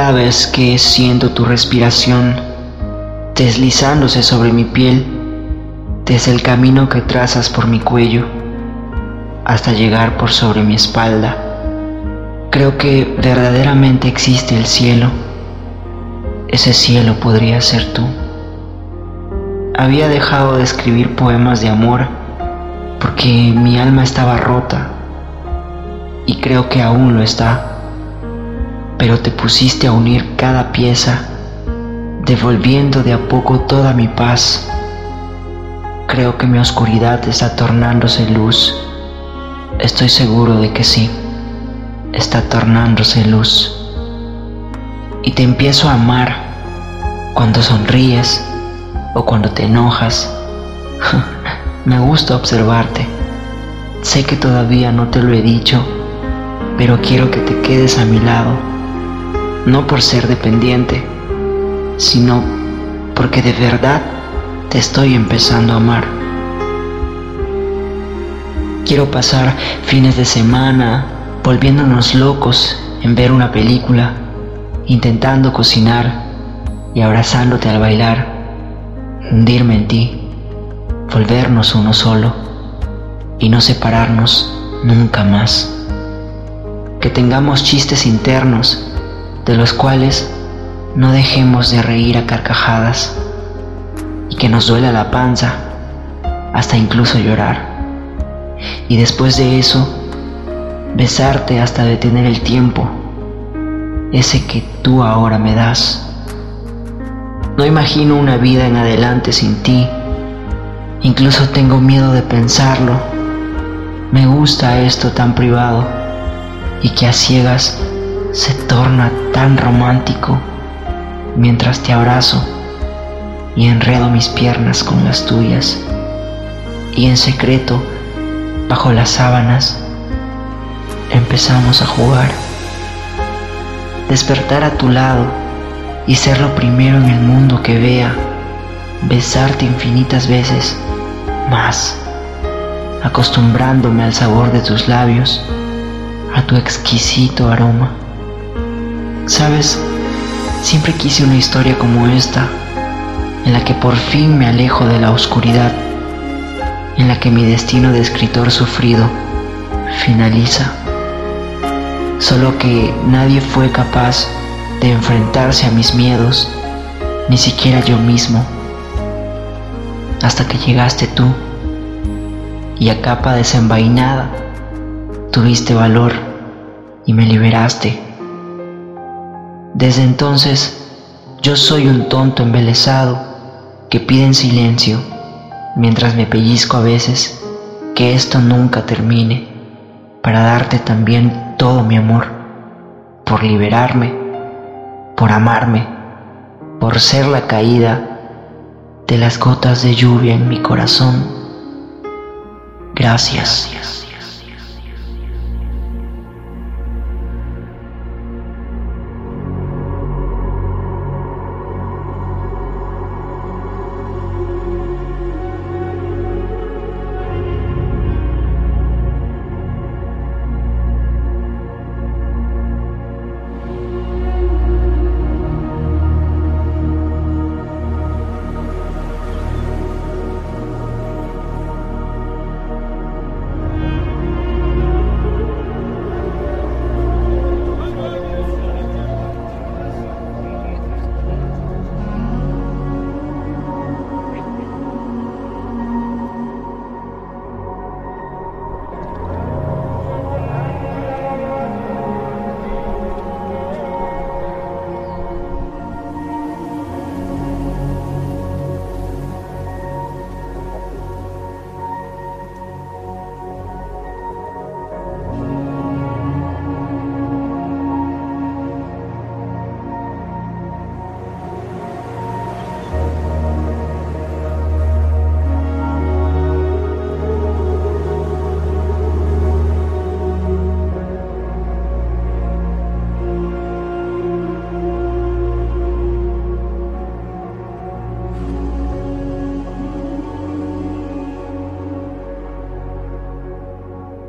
Cada vez que siento tu respiración deslizándose sobre mi piel, desde el camino que trazas por mi cuello hasta llegar por sobre mi espalda, creo que verdaderamente existe el cielo. Ese cielo podría ser tú. Había dejado de escribir poemas de amor porque mi alma estaba rota y creo que aún lo está. Pero te pusiste a unir cada pieza, devolviendo de a poco toda mi paz. Creo que mi oscuridad está tornándose luz. Estoy seguro de que sí, está tornándose luz. Y te empiezo a amar cuando sonríes o cuando te enojas. Me gusta observarte. Sé que todavía no te lo he dicho, pero quiero que te quedes a mi lado. No por ser dependiente, sino porque de verdad te estoy empezando a amar. Quiero pasar fines de semana volviéndonos locos en ver una película, intentando cocinar y abrazándote al bailar, hundirme en ti, volvernos uno solo y no separarnos nunca más. Que tengamos chistes internos de los cuales no dejemos de reír a carcajadas y que nos duela la panza hasta incluso llorar. Y después de eso, besarte hasta detener el tiempo, ese que tú ahora me das. No imagino una vida en adelante sin ti, incluso tengo miedo de pensarlo. Me gusta esto tan privado y que a ciegas se torna tan romántico mientras te abrazo y enredo mis piernas con las tuyas y en secreto, bajo las sábanas, empezamos a jugar. Despertar a tu lado y ser lo primero en el mundo que vea, besarte infinitas veces más, acostumbrándome al sabor de tus labios, a tu exquisito aroma. Sabes, siempre quise una historia como esta, en la que por fin me alejo de la oscuridad, en la que mi destino de escritor sufrido finaliza. Solo que nadie fue capaz de enfrentarse a mis miedos, ni siquiera yo mismo, hasta que llegaste tú y a capa desenvainada tuviste valor y me liberaste. Desde entonces yo soy un tonto embelesado que pide en silencio, mientras me pellizco a veces, que esto nunca termine, para darte también todo mi amor, por liberarme, por amarme, por ser la caída de las gotas de lluvia en mi corazón. Gracias.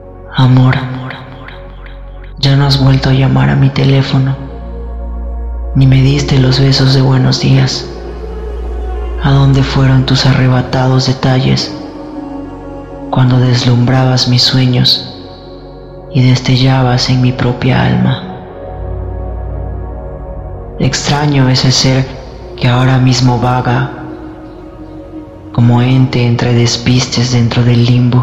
Amor, ya no has vuelto a llamar a mi teléfono. ni me diste los besos de buenos días. ¿A dónde fueron tus arrebatados detalles cuando deslumbrabas mis sueños y destellabas en mi propia alma? Extraño ese ser que ahora mismo vaga como ente entre despistes dentro del limbo.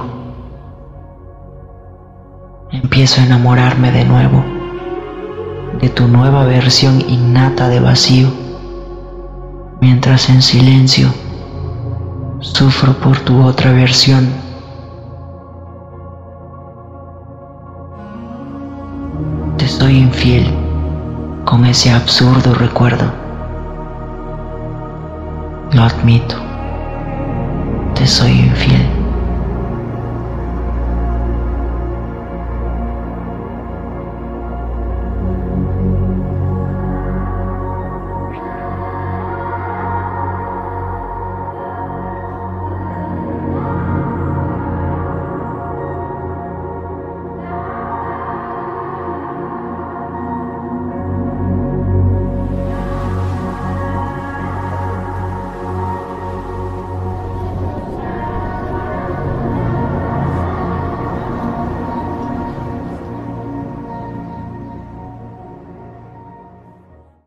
Empiezo a enamorarme de nuevo de tu nueva versión innata de vacío, mientras en silencio sufro por tu otra versión. Te soy infiel con ese absurdo recuerdo. Lo admito, te soy infiel.